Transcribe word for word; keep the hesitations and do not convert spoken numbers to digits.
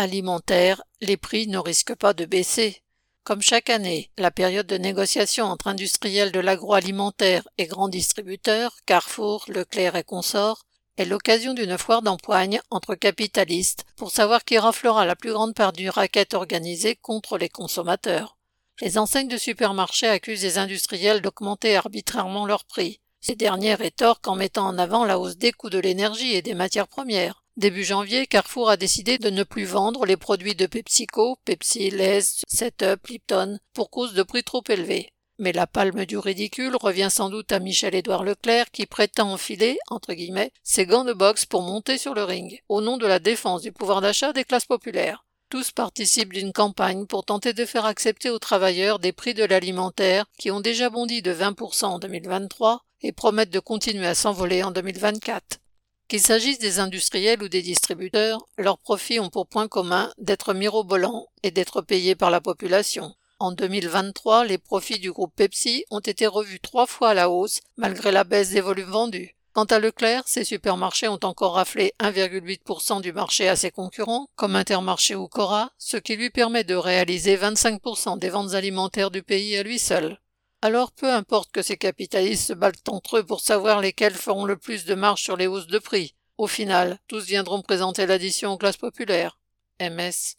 alimentaire, les prix ne risquent pas de baisser. Comme chaque année, la période de négociation entre industriels de l'agroalimentaire et grands distributeurs, Carrefour, Leclerc et consorts, est l'occasion d'une foire d'empoigne entre capitalistes pour savoir qui raflera la plus grande part du racket organisé contre les consommateurs. Les enseignes de supermarchés accusent les industriels d'augmenter arbitrairement leurs prix. Ces derniers rétorquent en mettant en avant la hausse des coûts de l'énergie et des matières premières. Début janvier, Carrefour a décidé de ne plus vendre les produits de PepsiCo, Pepsi, Lay's, sept up, Lipton, pour cause de prix trop élevés. Mais la palme du ridicule revient sans doute à Michel-Édouard Leclerc qui prétend enfiler, entre guillemets, ses gants de boxe pour monter sur le ring, au nom de la défense du pouvoir d'achat des classes populaires. Tous participent d'une campagne pour tenter de faire accepter aux travailleurs des prix de l'alimentaire qui ont déjà bondi de vingt pour cent en deux mille vingt-trois et promettent de continuer à s'envoler en deux mille vingt-quatre. Qu'il s'agisse des industriels ou des distributeurs, leurs profits ont pour point commun d'être mirobolants et d'être payés par la population. En deux mille vingt-trois, les profits du groupe Pepsi ont été revus trois fois à la hausse malgré la baisse des volumes vendus. Quant à Leclerc, ses supermarchés ont encore raflé un virgule huit pour cent du marché à ses concurrents, comme Intermarché ou Cora, ce qui lui permet de réaliser vingt-cinq pour cent des ventes alimentaires du pays à lui seul. Alors peu importe que ces capitalistes se battent entre eux pour savoir lesquels feront le plus de marge sur les hausses de prix. Au final, tous viendront présenter l'addition aux classes populaires. M S